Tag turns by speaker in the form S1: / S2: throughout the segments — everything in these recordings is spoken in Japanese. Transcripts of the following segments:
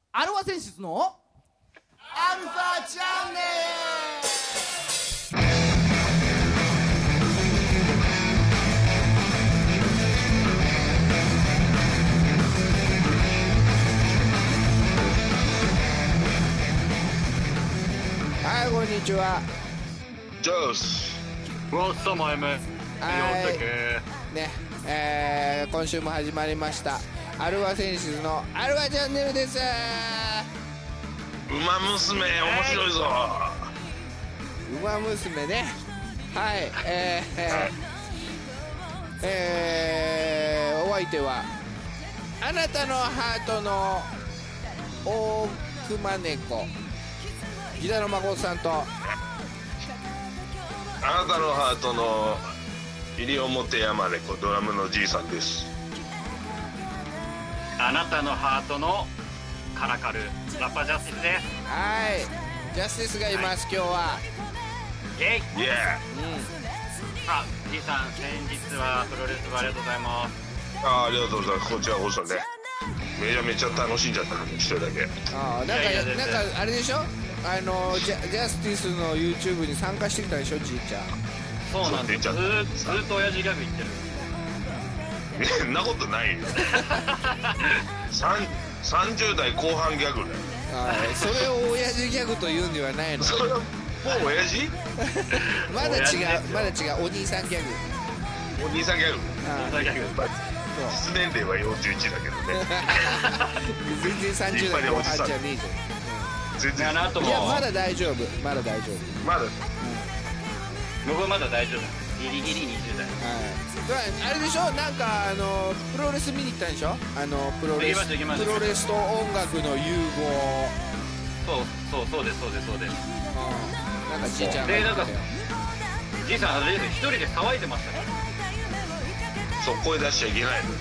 S1: アルファ選出のアルファチャンネル。はい、こんにちは。
S2: ジョース。
S3: What's up, my man?
S1: ね、今週も始まりましたアルファ選出のアルファチャンネルです。
S2: ウマ娘面白いぞ。
S1: ウマ娘ね。はい、お相手はあなたのハートの大熊猫ギターの誠さんと、
S2: あなたのハートの西表山猫ドラムのじいさんです。
S3: あなたのハートのカラカルラッパージャスティスです。
S1: はい、ジャスティスがいます、今日は。
S3: イェイ。
S2: イエ
S3: あ、じいさん、先日はプロレス部ありがとうございます。
S2: ありがとうございます。こちらこそね、めちゃめちゃ楽しんじゃったのに一人だけ。
S1: なんかあれでしょ、ジャスティスの YouTube に参加してきたでしょ、じいちゃん。
S3: そうなんです。ずっと親父ギャグ言ってる。
S2: そんなことないよ。30代後半ギャグだよ。
S1: それを親父ギャグと言うんではないの。
S2: それもう親父
S1: まだ違う、お兄さんギャグ。
S2: お兄さんギャグ。
S3: ギャグ。
S2: 実年齢は41だけどね。
S1: 全然30代後半じゃねえじ
S2: 全然。
S1: ゃん。いや、まだ大丈夫。
S2: まだ
S3: 僕はまだ大丈夫。ギリギリ20代。
S1: あれでしょ、なんかプロレス見に行ったんでしょ、プロレスと音楽の融合。
S3: そうです。
S1: なんかじいちゃんが言ってたよ。
S3: じいさんあれです、一人で騒いでましたから。
S2: そう、声出しちゃいけないの。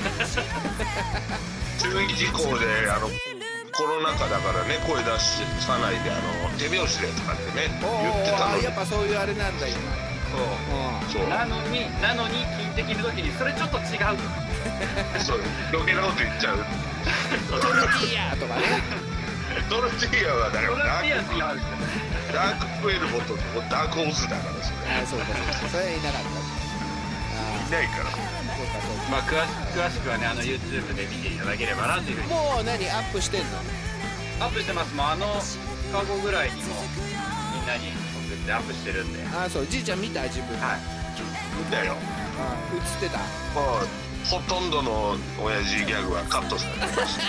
S2: 注意事項でコロナ禍だからね、声出さないで手拍子でとかってね言ってたのに。
S1: やっぱそういうあれなんだ今。
S3: そうなのに聞いてきるときにそれちょっと違う。
S2: そう余計なこと言っちゃう。
S1: トルティーヤとかね。
S2: トルティーヤはだからダーククエルボとダークオーズだからそれ。
S1: そうかそれはいなかった。
S2: いないから。
S3: まあ詳しくはねYouTube で見ていただければなというふうに。
S1: もうアップしてんの？
S3: アップしてます。もう過去ぐらいにもみんなに送ってアップしてるんで。
S1: そう、じいちゃん見た？自分。
S3: はい。
S2: 見たよ。
S1: 映ってた。
S2: ほとんどの親父ギャグはカットされてました。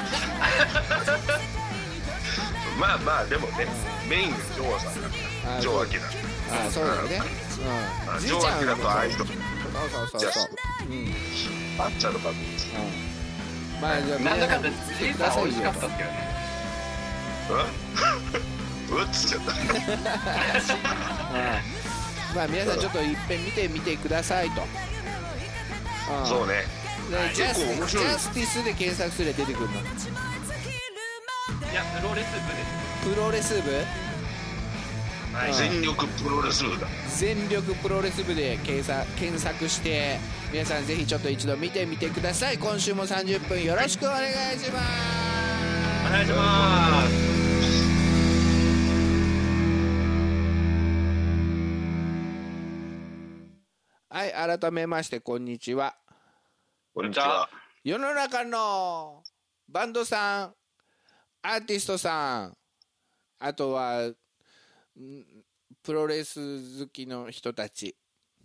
S2: まあでもね、メインがジョーさんだからジョーアキラ。
S1: そうだよね。
S2: ジョーアキラとアイドル。
S1: そう。
S2: あっちゃんの番組です。
S1: まあじゃあ
S3: なんだかんだじいさん美味しかったっすけどね。
S2: うっつっちゃった。
S1: まあ皆さんちょっといっぺん見てみてくださいと。
S2: そうね。
S1: ジャスティスで検索すれば出てくるの。
S3: いや、プロレス部です。
S1: プロレス部？
S2: 全力プロレス部だ。
S1: 全力プロレス部で検索して皆さんぜひちょっと一度見てみてください。今週も30分よろしくお願いします。
S3: お願いします。
S1: はい、改めましてこんにちは。
S2: こんにちは。
S1: 世の中のバンドさん、アーティストさん、あとはプロレス好きの人たち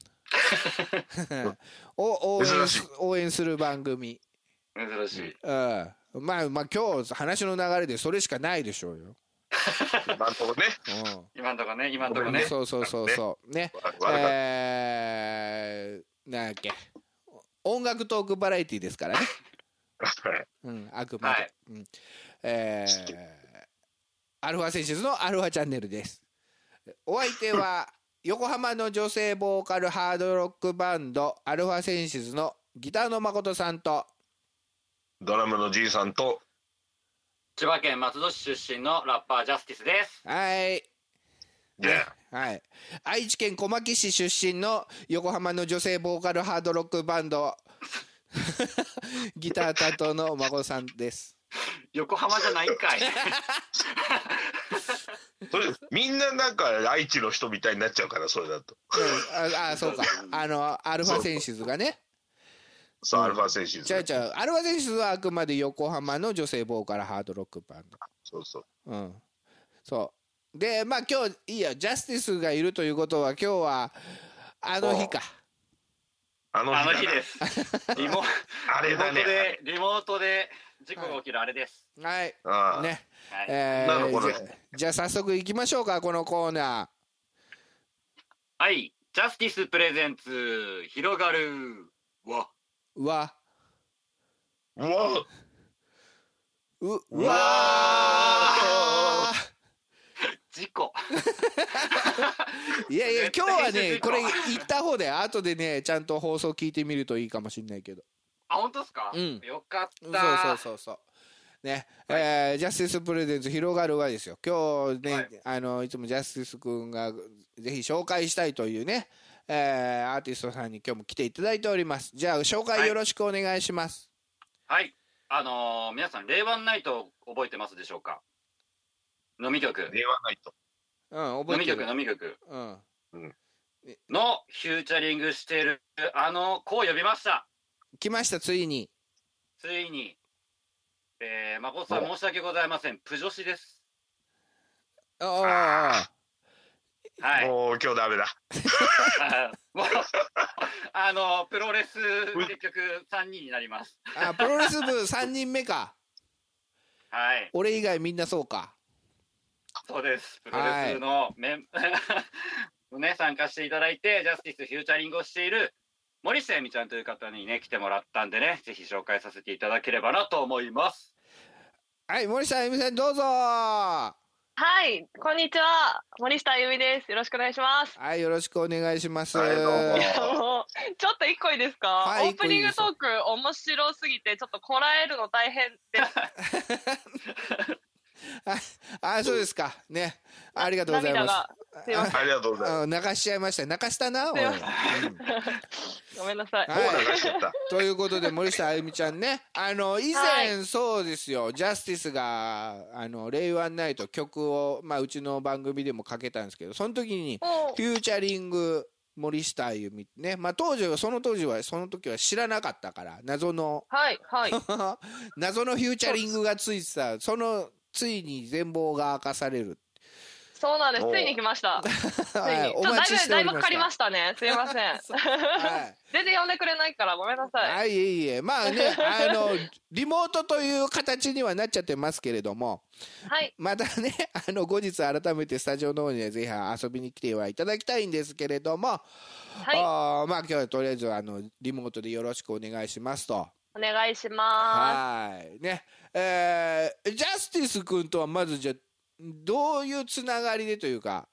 S1: を応援する番組。
S3: 珍しい。
S1: まあ今日話の流れでそれしかないでしょうよ。
S2: 今んとこね。
S3: 今んとこね。
S1: そうね。なんだっけ、音楽トークバラエティですからね。あくまで。アルファ選出のアルファチャンネルです。お相手は横浜の女性ボーカルハードロックバンドアルファセンシズのギターの誠さんと
S2: ドラムのじいさんと
S3: 千葉県松戸市出身のラッパージャスティスです。
S1: はい、愛知県小牧市出身の横浜の女性ボーカルハードロックバンドギター担当の誠さんです。
S3: 横浜じゃないんかい。
S2: それみんななんか愛知の人みたいになっちゃうから、それだと。
S1: そうか。アルファセンシズがね。
S2: そう、アルファセンシズ。
S1: アルファセンシズはあくまで横浜の女性ボーカルハードロックバンド。
S2: そうそう。
S1: そうで、まあ今日いいよ、ジャスティスがいるということは、今日はあの日か。
S3: あの日です。
S2: あれだね。
S3: リモートで事故が起きるあれです。
S1: はい。ね。じゃあ早速行きましょうか、このコーナ
S3: ー。はい。ジャスティスプレゼンツ広がるわ。
S1: うわ。
S3: 事故。
S1: いやいや、今日はね、これ言った方で、後でね、ちゃんと放送聞いてみるといいかもしれないけど。
S3: あ、本当ですか？よかった。
S1: そうね、ジャスティスプレゼンツ広がるわですよ。今日ね、いつもジャスティス君がぜひ紹介したいというね、アーティストさんに今日も来ていただいております。じゃあ紹介よろしくお願いします。
S3: はい。皆さん令和ナイト覚えてますでしょうか？飲み曲。
S2: 令和ナイト。
S1: 覚えてる。
S3: 飲み曲。のフューチャリングしている子を呼びました。
S1: 来ました、ついに。
S3: 誠さん申し訳ございません。プ女子です。
S1: はい。
S2: もう今日ダメだ。
S3: もうプロレス結局3人になります。
S1: プロレス部3人目か。
S3: はい。
S1: 俺以外みんなそうか。
S3: そうです。プロレスの参加していただいて、ジャスティスフューチャリングをしている森下由美ちゃんという方にね来てもらったんでね、ぜひ紹介させていただければなと思います。
S1: はい、森下由美さんどうぞ。
S4: はい、こんにちは、森下由美です。よろしくお願いします。
S1: はい、よろしくお願いします。
S4: いやもうちょっと一個いいですか？オープニングトーク面白すぎてちょっとこらえるの大変です。
S1: そうですかね。ありがとうございます。
S4: すいません。
S2: ありがとうございます。
S1: 泣かしちゃいました。泣かしたな。
S4: ごめんなさい。
S1: ということで森下あゆみちゃんね、以前そうですよ、ジャスティスが令和ナイト曲をうちの番組でもかけたんですけど、その時にフューチャリング森下あゆみね、その時は知らなかったから謎の謎のフューチャリングがついてた、ついに全貌が明かされる。
S4: そうなんです。ついに来ました。ついに。だいぶかかりましたね。すいません。全然呼んでくれないからごめんなさい。
S1: いえまあね、リモートという形にはなっちゃってますけれども、またね後日改めてスタジオの方にぜひ遊びに来てはいただきたいんですけれども、今日はとりあえずリモートでよろしくお願いしますと。
S4: お願いしま
S1: す。ね、ジャスティス君とはまずじゃどういうつながりでというか、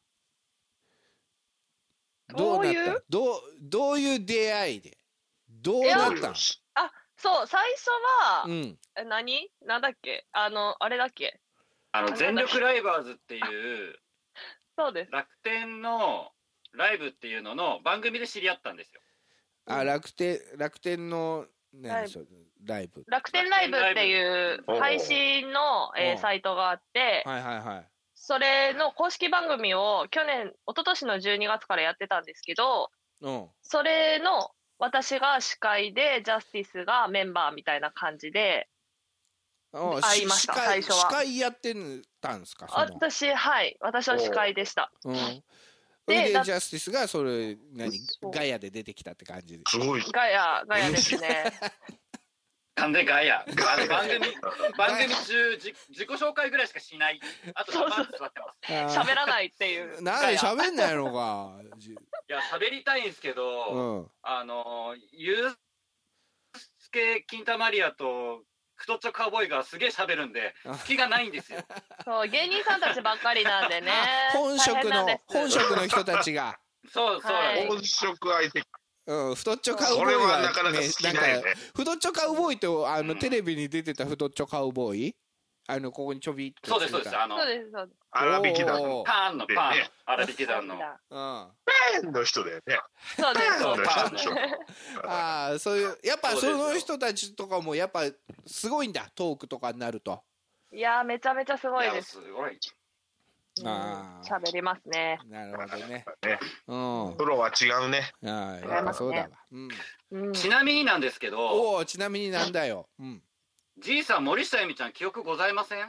S1: どういう出会いでどうなったの？
S4: そう最初は、なんだっけあれだっけ
S3: 全力ライバーズっていう
S4: そうです、
S3: 楽天のライブっていうのの番組で知り合ったんですよ。
S1: 楽天のライブ
S4: 楽天ライブっていう配信のサイトがあって、それの公式番組を一昨年の12月からやってたんですけど、それの私が司会でジャスティスがメンバーみたいな感じで会いました。最初は
S1: 司会やってたんですか？
S4: 私は司会でした。
S1: でジャスティスがガヤで出てきたって感じで。
S2: すごい。
S4: ガヤですね。
S3: 完全ガヤ。番組中自己紹介ぐらいしかしない。あと座ってます。
S4: 喋らないっていう。
S1: なんで喋んないのか。
S3: いや喋りたいんですけど、ユースケ・キンタマリアと太っちょカウボーイがすげえ喋るんで隙がないんですよ。
S4: そう芸人さんたちばっかりなんでね。
S1: 本職の人たちが。
S3: そう
S2: 本職相手。
S1: 太っちょカウボーイは
S2: なかなか好きだよね。
S1: 太っちょカウボーイとテレビに出てた太っちょカウボーイ。 ここにちょびっと
S3: そうですそうです。
S4: そうですそうです。
S2: 荒引き団の
S3: パーンのパーン荒引き団の
S2: パーンの人だよね。
S4: そうですそうです。
S1: ああ、そういうやっぱその人たちとかもやっぱすごいんだ、トークとかになると。
S4: いやめちゃめちゃすごいです。
S3: すごい。
S4: 喋りますね。
S1: なるほどね。
S2: プロは違うね。
S1: ああ、やっぱそうだわ。
S3: ちなみになんですけど。
S1: おお、ちなみになんだよ。
S3: じいさん、森下由美ちゃん記憶ございません？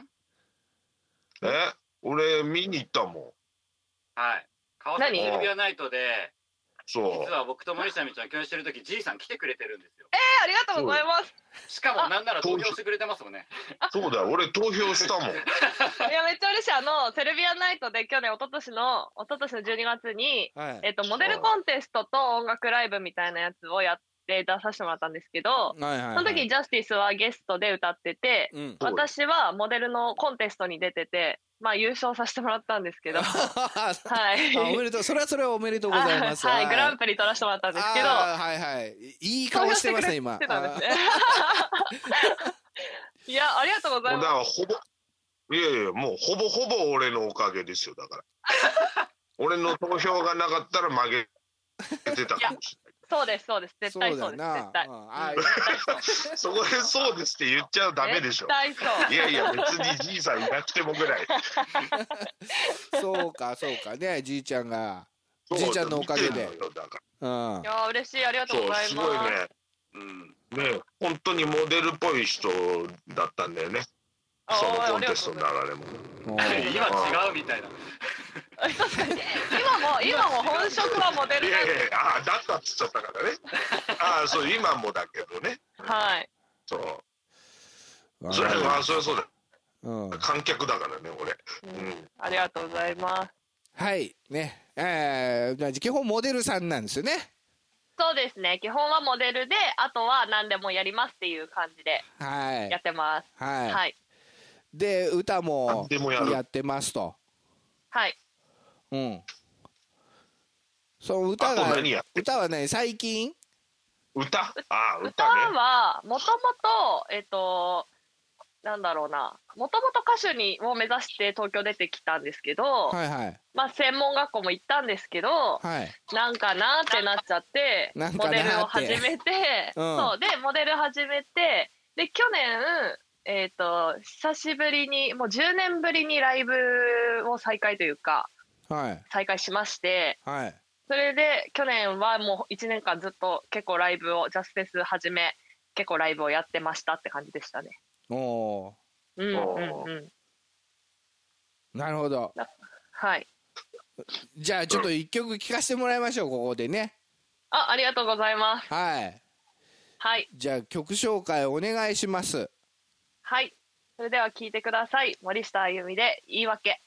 S2: 俺見に行ったもん。
S3: はい。川崎テレビアナイトで、
S2: そう。
S3: 実は僕と森下由美ちゃん共演してる時、じいさん来てくれてるんですよ。
S4: ありがとうございます。
S3: しかもなんなら投票してくれてますもんね。
S2: そうだよ、俺投票したもん。い
S4: やめっちゃ嬉しい。テレビアナイトで去年一昨年の12月に、モデルコンテストと音楽ライブみたいなやつをやって出させてもらったんですけど、その時ジャスティスはゲストで歌ってて、私はモデルのコンテストに出てて、まあ優勝させてもらったんですけど、はい。
S1: おめでとう。それはおめでとうございます。
S4: はい、グランプリ取らせてもらったんですけど、
S1: はいはい。いい顔してますね今。
S4: いや、ありがとうございます。
S2: だからいやもうほぼ俺のおかげですよ、だから。俺の投票がなかったら負けてたかもしれない。
S4: そうです絶対そうです絶対。
S2: そこでそうですって言っちゃダメでしょ。
S4: 絶対そう。
S2: いや別にじいさんいなくてもぐらい。
S1: そうかね、じいちゃんがじいちゃんのおかげで。い
S4: や嬉しい、ありがとうございます。
S2: すごいね。ね、本当にモデルっぽい人だったんだよね。そのコンテストの流れも。
S3: 今違うみたいな。
S4: 今も本職はモデルなんです。
S2: だったっつっちゃったからね。そう今もだけどね。
S4: はい。
S2: そう。それはそうだ。観客だからね俺。
S4: ありがとうございます。
S1: はいね。基本モデルさんなんですよね。
S4: そうですね。基本はモデルで、あとは何でもやりますっていう感じでやってます。はい。
S1: で歌もやってますと。
S4: はい。
S1: その歌はね、最近
S2: 歌
S4: はもともとなんだろうな、もともと歌手を目指して東京出てきたんですけど、まあ専門学校も行ったんですけど、なんかなってなっちゃってモデルを始めて、そうでモデル始めて、で去年久しぶりにもう10年ぶりにライブを再開というか、再開しまして、それで去年はもう1年間ずっと結構ライブをジャスフェス始め結構ライブをやってましたって感じでしたね。
S1: なるほど。
S4: はい。
S1: じゃあちょっと一曲聴かせてもらいましょう、ここでね。
S4: ありがとうございます。
S1: はい。じゃあ曲紹介お願いします。
S4: はい。それでは聴いてください。森下あゆみで言い訳。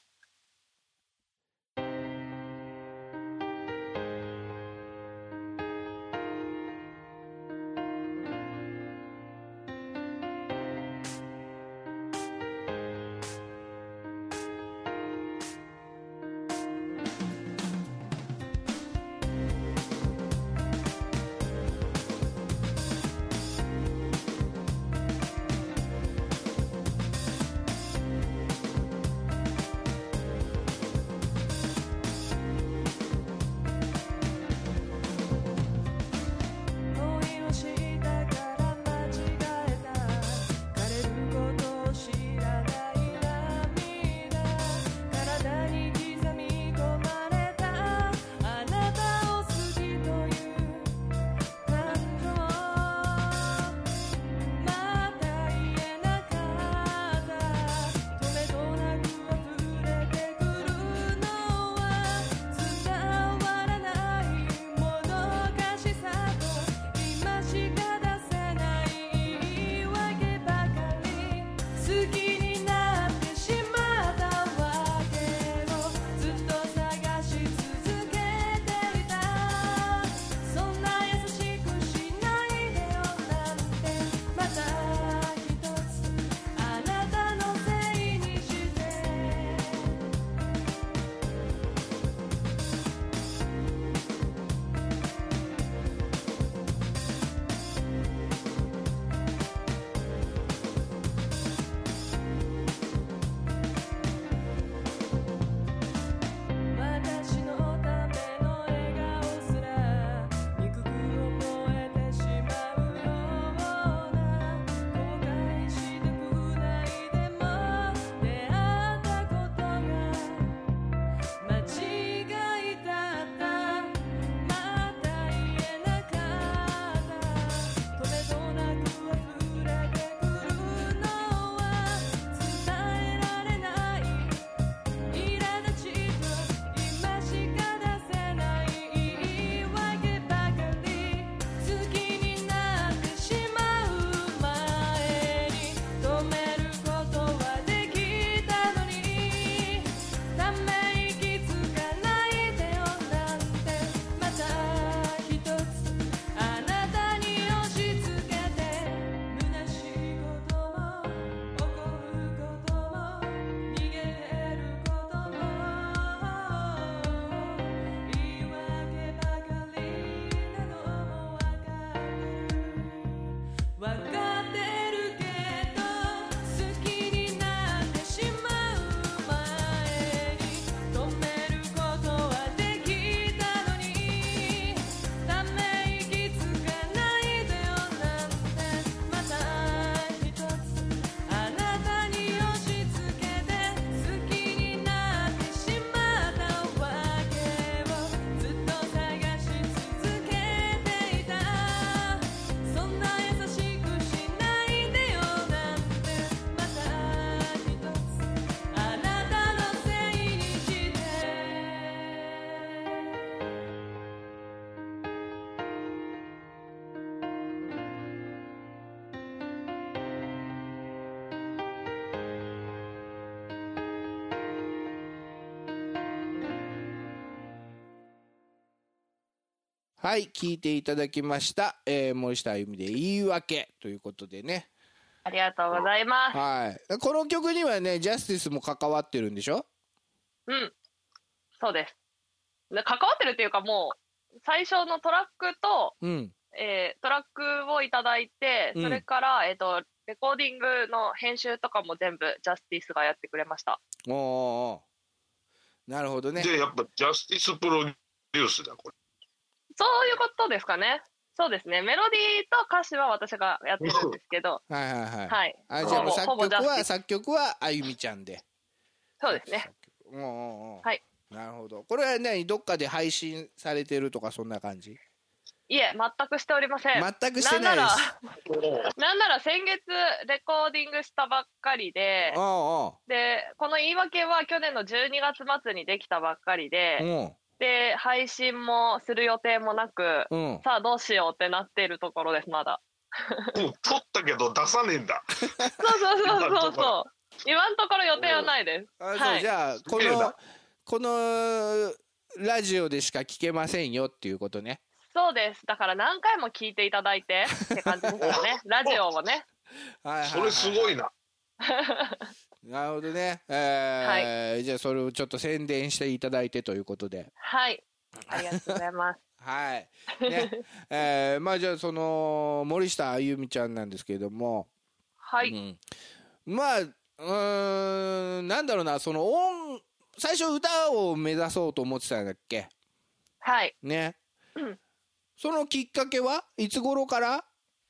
S1: はい、聞いていただきました。森下あゆみで言い訳ということでね。
S4: ありがとうございます。
S1: はい。この曲にはね、ジャスティスも関わってるんでしょ？
S4: うん。そうです。関わってるっていうか、もう、最初のトラックと、トラックをいただいて、それから、レコーディングの編集とかも全部ジャスティスがやってくれました。
S1: おー。なるほどね。
S2: で、やっぱジャスティスプロデュースだ、これ。
S4: そういうことですかね。そうですね。メロディーと歌詞は私がやってるんですけど。
S1: はいはいはい。はい。あ、じゃあ作曲はあゆみちゃんで。
S4: そうですね。
S1: はい。なるほど。これはね、どっかで配信されてるとかそんな感じ？
S4: いえ、全くしておりません。
S1: 全くしてないです。
S4: なんなら先月レコーディングしたばっかりで、で、この言い訳は去年の12月末にできたばっかりで、で、配信もする予定もなく、さあどうしようってなっているところです、まだ。
S2: 撮ったけど出さねえんだ。
S4: そう。今のところ予定はないです。
S1: はい、じゃあ、このラジオでしか聞けませんよっていうことね。
S4: そうです。だから何回も聞いていただいてって感じですよね。ラジオをね。
S2: それすごいな。
S1: なるほどね。じゃあそれをちょっと宣伝していただいてということで。
S4: はい。ありがとうございます。
S1: はい。ね。まあじゃあその森下あゆみちゃんなんですけれども。
S4: はい。
S1: まあなんだろうな、その最初歌を目指そうと思ってたんだっけ？
S4: はい。
S1: ね。そのきっかけはいつ頃から？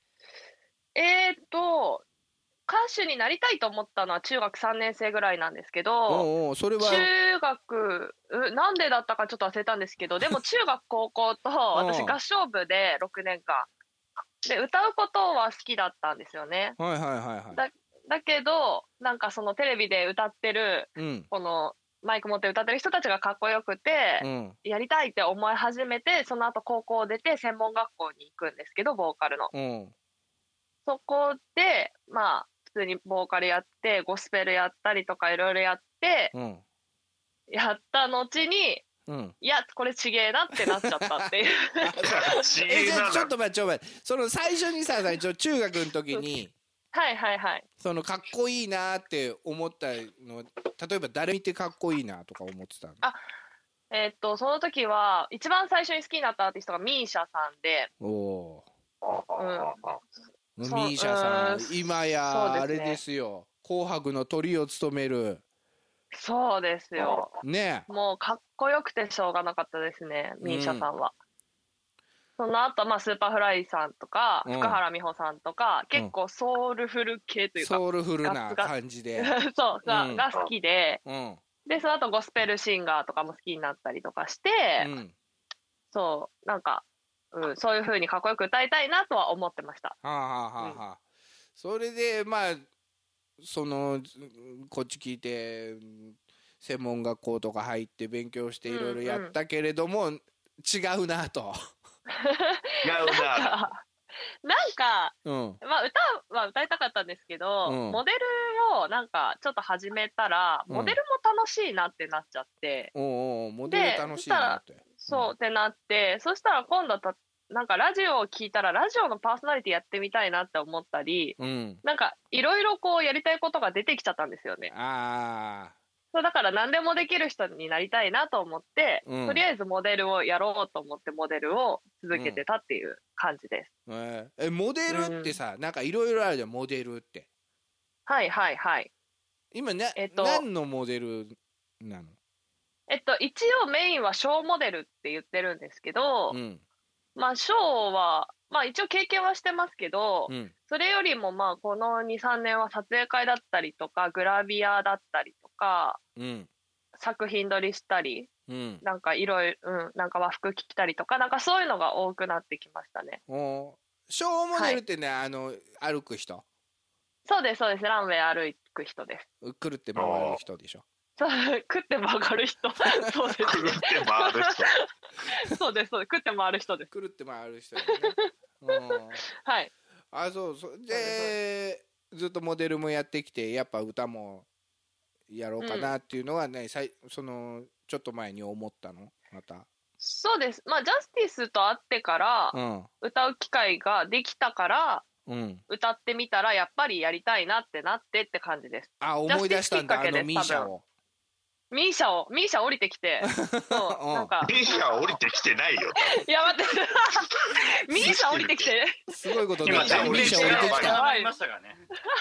S4: 歌手になりたいと思ったのは中学3年生ぐらいなんですけど、
S1: それは
S4: 中学、なんでだったかちょっと忘れたんですけど、でも中学高校と私合唱部で6年間で歌うことは好きだったんですよね。だけどなんかそのテレビで歌ってる、このマイク持って歌ってる人たちがかっこよくて、やりたいって思い始めて、その後高校出て専門学校に行くんですけど、ボーカルの。そこでまあ普通にボーカルやってゴスペルやったりとかいろいろやって、やった後に、いやこれちげえなってなっちゃったっていう
S1: ちょっと待って、その最初にさ中学の時にそのかっこいいなって思ったの、例えば誰見てかっこいいなとか思ってたの？
S4: その時は一番最初に好きになったアーティストがミーシャさんで。
S1: ミーシャさん、今やあれですよ、紅白のトリを務める。
S4: そうですよ
S1: ね。
S4: もうかっこよくてしょうがなかったですね、ミーシャさんは。その後、まあスーパーフライさんとか福原美穂さんとか、結構ソウルフル系というか
S1: ソウルフルな感じで
S4: そうが好きで、でその後ゴスペルシンガーとかも好きになったりとかして、そうなんかそういう風にかっこよく歌いたいなとは思ってました。
S1: それでまあそのこっち聞いて専門学校とか入って勉強していろいろやったけれども、違うなと。
S4: なんか、まあ歌は歌いたかったんですけど、モデルをなんかちょっと始めたら、モデルも楽しいなってなっちゃって、
S1: モデル楽しいなって。
S4: そうってなって、そしたら今度なんかラジオを聞いたらラジオのパーソナリティやってみたいなって思ったり、なんかいろいろこうやりたいことが出てきちゃったんですよね。そうだから何でもできる人になりたいなと思って、とりあえずモデルをやろうと思ってモデルを続けてたっていう感じです。
S1: モデルってさ、なんかいろいろあるじゃん、モデルって。今何のモデルなの？
S4: 一応メインはショーモデルって言ってるんですけど、まあショーはまあ一応経験はしてますけど、それよりもまあこの2、3年は撮影会だったりとかグラビアだったりとか、作品撮りしたり、なんかいろいろ、なんか和服着たりとか、なんかそういうのが多くなってきましたね。
S1: ショーモデルってね、歩く人？
S4: そうですそうです、ランウェイ歩く人です。
S1: くるって回る人でしょ？
S4: 食って回る人。そうです。
S2: 食って回る
S4: 人。そうです、食って回る人です。
S1: 食って回る人ね。
S4: はい。
S1: そうでずっとモデルもやってきて、やっぱ歌もやろうかなっていうのはね、そのちょっと前に思ったの？また。
S4: そうです。まあジャスティスと会ってから歌う機会ができたから、歌ってみたらやっぱりやりたいなってなってって感じです。
S1: あ、思い出したんだ、あのミーシャを。
S4: ミーシャ降りてきて、そうなんか
S2: ミーシャ降りてきてないよ。
S4: いや待って、ミーシャ降りてきて、
S1: すごいことになっちゃう。ミーシャ降りてきた。
S3: いましたからね。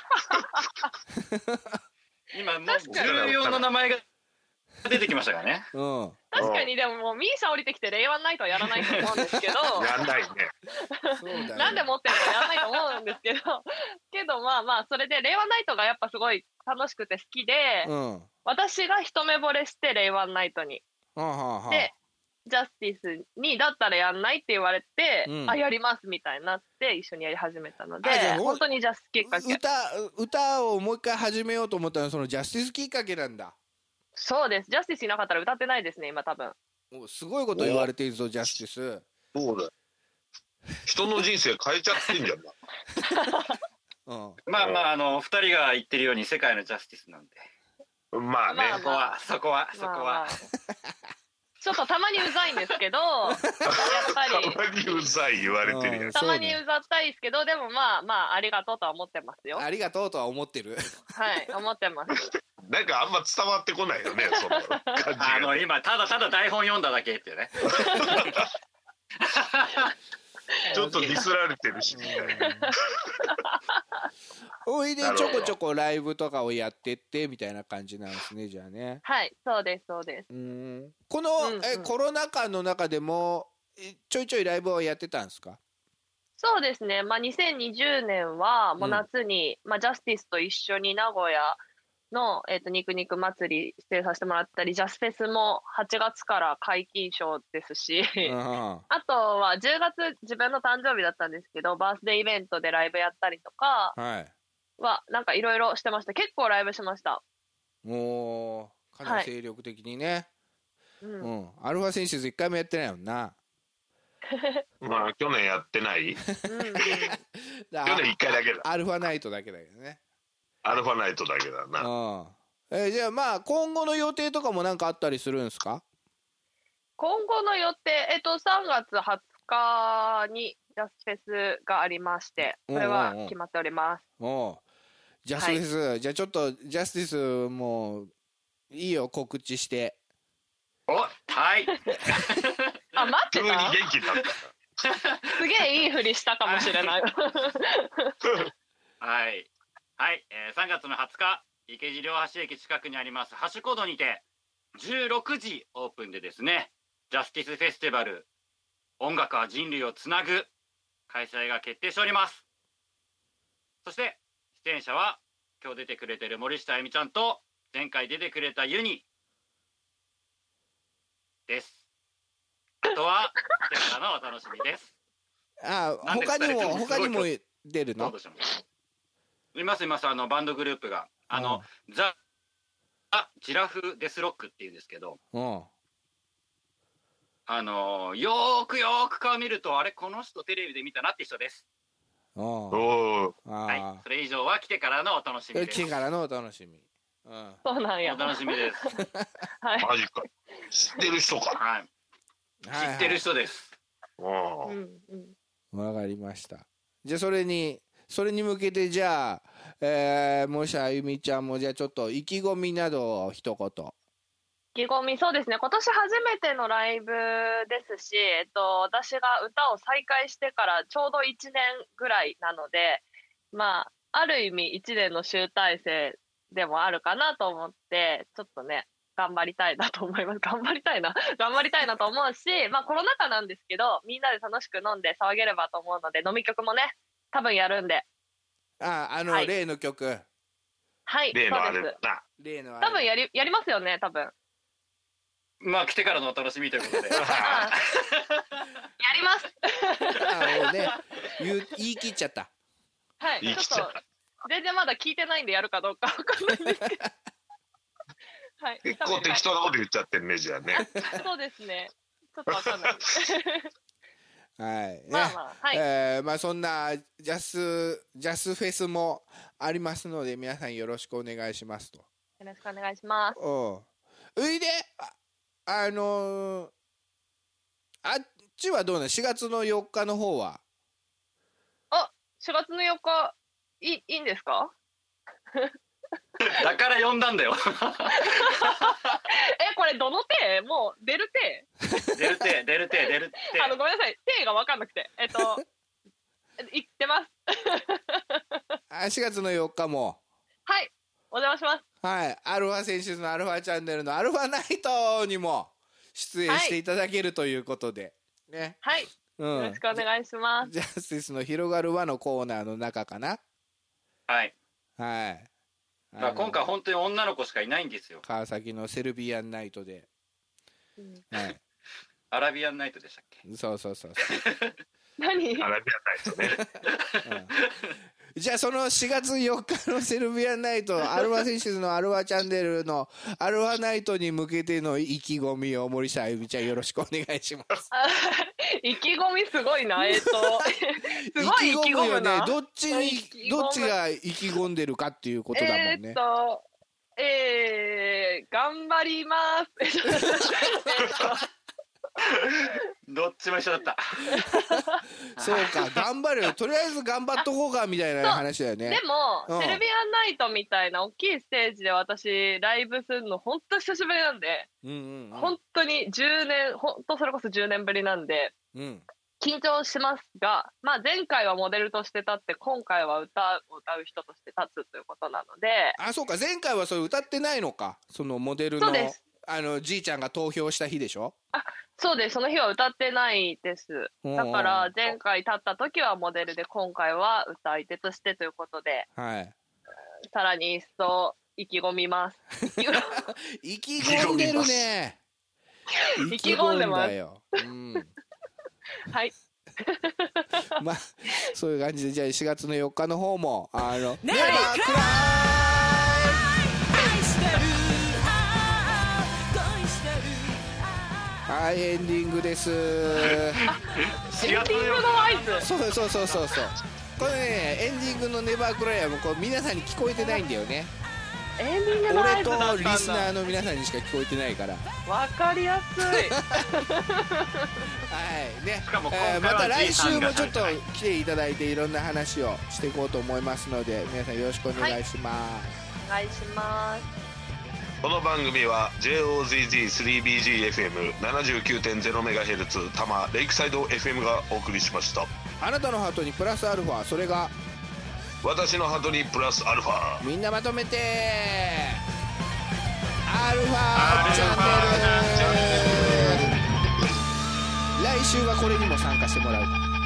S3: 今もう重要な名前が出てきましたからね。
S4: 確かに。でももうミーシャ降りてきて令和ナイトはやらないと思うんですけど。
S2: やんないね。
S4: なんで持ってるのかやらないと思うんですけどまあまあそれで令和ナイトがやっぱすごい楽しくて好きで、私が一目惚れして令和ナイトに。でジャスティスにだったらやんないって言われて、あ、やりますみたいになって一緒にやり始めたので、本当にジャスきっかけ。
S1: 歌をもう一回始めようと思ったのはそのジャスティスきっかけなんだ。
S4: そうです。ジャスティスいなかったら歌ってないですね今多分。
S1: すごいこと言われているぞジャスティス。
S2: そうだよ。人の人生変えちゃってんじゃんな。
S3: まあまあ2人が言ってるように世界のジャスティスなんで。
S2: まあね。
S3: そこは。
S4: ちょっとたまにうざいんですけど、やっぱり。
S2: たまにうざい言われてるやん。
S4: たまにうざったいですけど、でもまあありがとうとは思ってますよ。
S1: ありがとうとは思ってる。
S4: はい、思ってます。
S2: なんかあんま伝わってこないよね、その感じ。
S3: 今ただ台本読んだだけっていうね。
S2: ちょっとディスられてるしみたいな。
S1: おいでちょこちょこライブとかをやってってみたいな感じなんですね、じゃあね。
S4: はい、そうです。
S1: この、コロナ禍の中でもちょいちょいライブをやってたんですか？
S4: そうですね。まあ2020年はもう夏に、ジャスティスと一緒に名古屋の肉肉祭り出演させてもらったり、ジャスフェスも8月から解禁賞ですし、あとは10月自分の誕生日だったんですけど、バースデーイベントでライブやったりとかはなんかいろいろしてました。結構ライブしました。
S1: もうかなり精力的にね。アルファセンシズ1回もやってないもんな。
S2: まあ去年やってない。去年1回だけだ。
S1: アルファナイトだけだけどね。
S2: アルファナイトだけだな。
S1: じゃあまあ今後の予定とかも何かあったりするんですか？
S4: 今後の予定、3月20日にジャスフェスがありまして、それは決まっております。
S1: ジャスフェス、じゃあちょっとジャスティスもいいよ告知して。
S3: はい。
S4: あ、待ってた。
S2: 急に元気になった。
S4: すげえいいふりしたかもしれない。
S3: はい。3月の20日、池尻大橋駅近くにありますハッシュコードにて16時オープンでですね、ジャスティスフェスティバル音楽は人類をつなぐ開催が決定しております。そして出演者は今日出てくれてる森下あゆみちゃんと前回出てくれたユニです。あとは来てからのお楽しみです。
S1: 他にも出るの？
S3: いますバンドグループがザ・ジラフ・デスロックっていうんですけど、よーく顔見るとあれこの人テレビで見たなって人です。はい、それ以上は来てからのお楽しみです。
S1: 来てからのお楽しみ。
S4: そうなんや。
S3: お楽しみです。
S2: マジか。知ってる人か。
S3: はい。知ってる人です。
S1: わかりました。じゃあそれに向けてじゃあ、もしあゆみちゃんもじゃあちょっと意気込みなどを一言。
S4: 意気込み、そうですね。今年初めてのライブですし、私が歌を再開してからちょうど1年ぐらいなので、まあある意味1年の集大成でもあるかなと思って、ちょっとね頑張りたいなと思います。頑張りたいなと思うし、まあコロナ禍なんですけど、みんなで楽しく飲んで騒げればと思うので、飲み曲もね多分やるんで。
S1: 例の曲。
S4: はい、
S2: 例のあれだな。
S4: 多分やりますよね、多分。
S3: まあ来てからのお楽しみということで。や
S4: ります。
S1: もうね、言い切っちゃった。
S4: はい、ちょっと全然まだ聞いてないんでやるかどうかわかんないんですけど。はい。
S2: 結構適当なこと言っちゃってんね、じゃあね。
S4: そうですね。ちょっとわかんない。
S1: はい。
S4: まあ
S1: そんなジャスフェスもありますので、皆さんよろしくお願いしますと。
S4: よろしくお願いします。
S1: いであっちはどうなの？4月の4日の方は。
S4: あ、4月の4日いいんですか？
S3: だから呼んだんだよ。
S4: これどの手？もう出る手？
S3: 出る手。
S4: ごめんなさい、手が分かんなくて。言ってます。
S1: 4月の4日も。
S4: はい、お邪魔します。
S1: はい、アルファ選手のアルファチャンネルのアルファナイトにも出演していただけるということで。ね。
S4: はい。よろしくお願いします。
S1: ジャスティスの広がる輪のコーナーの中かな。
S3: はい。
S1: はい。
S3: 今回本当に女の子しかいないんですよ。
S1: 川崎のセルビアンナイトで。
S3: はい。アラビアンナイトでしたっけ？
S1: そう。
S4: 何？
S2: アラビアンナイトね。
S1: じゃあその4月4日のセルビアンナイト、アルファ選手のアルファチャンネルのアルファナイトに向けての意気込みを森下あゆみちゃんよろしくお願いします。
S4: 意気込みすごいな。すごい意気込むな。
S1: どっちが意気込んでるかっていうことだもんね。
S4: 頑張ります。
S3: どっちも一緒だった。
S1: そうか、頑張るよ。とりあえず頑張っとこうかみたいな話だよね。
S4: でも、セルビアンナイトみたいな大きいステージで私ライブするの本当久しぶりなんで、本当に10年、本当それこそ10年ぶりなんで、緊張しますが、まあ前回はモデルとして立って今回は歌を歌う人として立つということなので。
S1: あ、そうか、前回はそれ歌ってないのか、そのモデルの。そうです。じいちゃんが投票した日でしょ？
S4: あ、そうです。その日は歌ってないです。だから前回立った時はモデルで、今回は歌い手としてということで、
S1: はい、
S4: さらに一層意気込みます。
S1: 意気込んでるね。
S4: 意気込んでます。はい。
S1: まあそういう感じで、じゃあ4月の4日の方もネバークライはい、エンディングです。
S4: エンディングの合図。
S1: そう。これね、エンディングのネバークライはもうこう皆さんに聞こえてないんだよね。
S4: エンディングの合図だったんだ。
S1: 俺とリスナーの皆さんにしか聞こえてないから。
S4: わかりやすい。はい
S1: ね。また来週もちょっと来ていただいていろんな話をしていこうと思いますので、皆さんよろしくお願いします。
S4: お願いします。
S2: この番組は JOZZ3BGFM79.0MHz 多摩レイクサイド FM がお送りしました。
S1: あなたのハートにプラスアルファ、それが
S2: 私のハートにプラスアルファ、
S1: みんなまとめてアルファチャンネル。来週はこれにも参加してもらうから。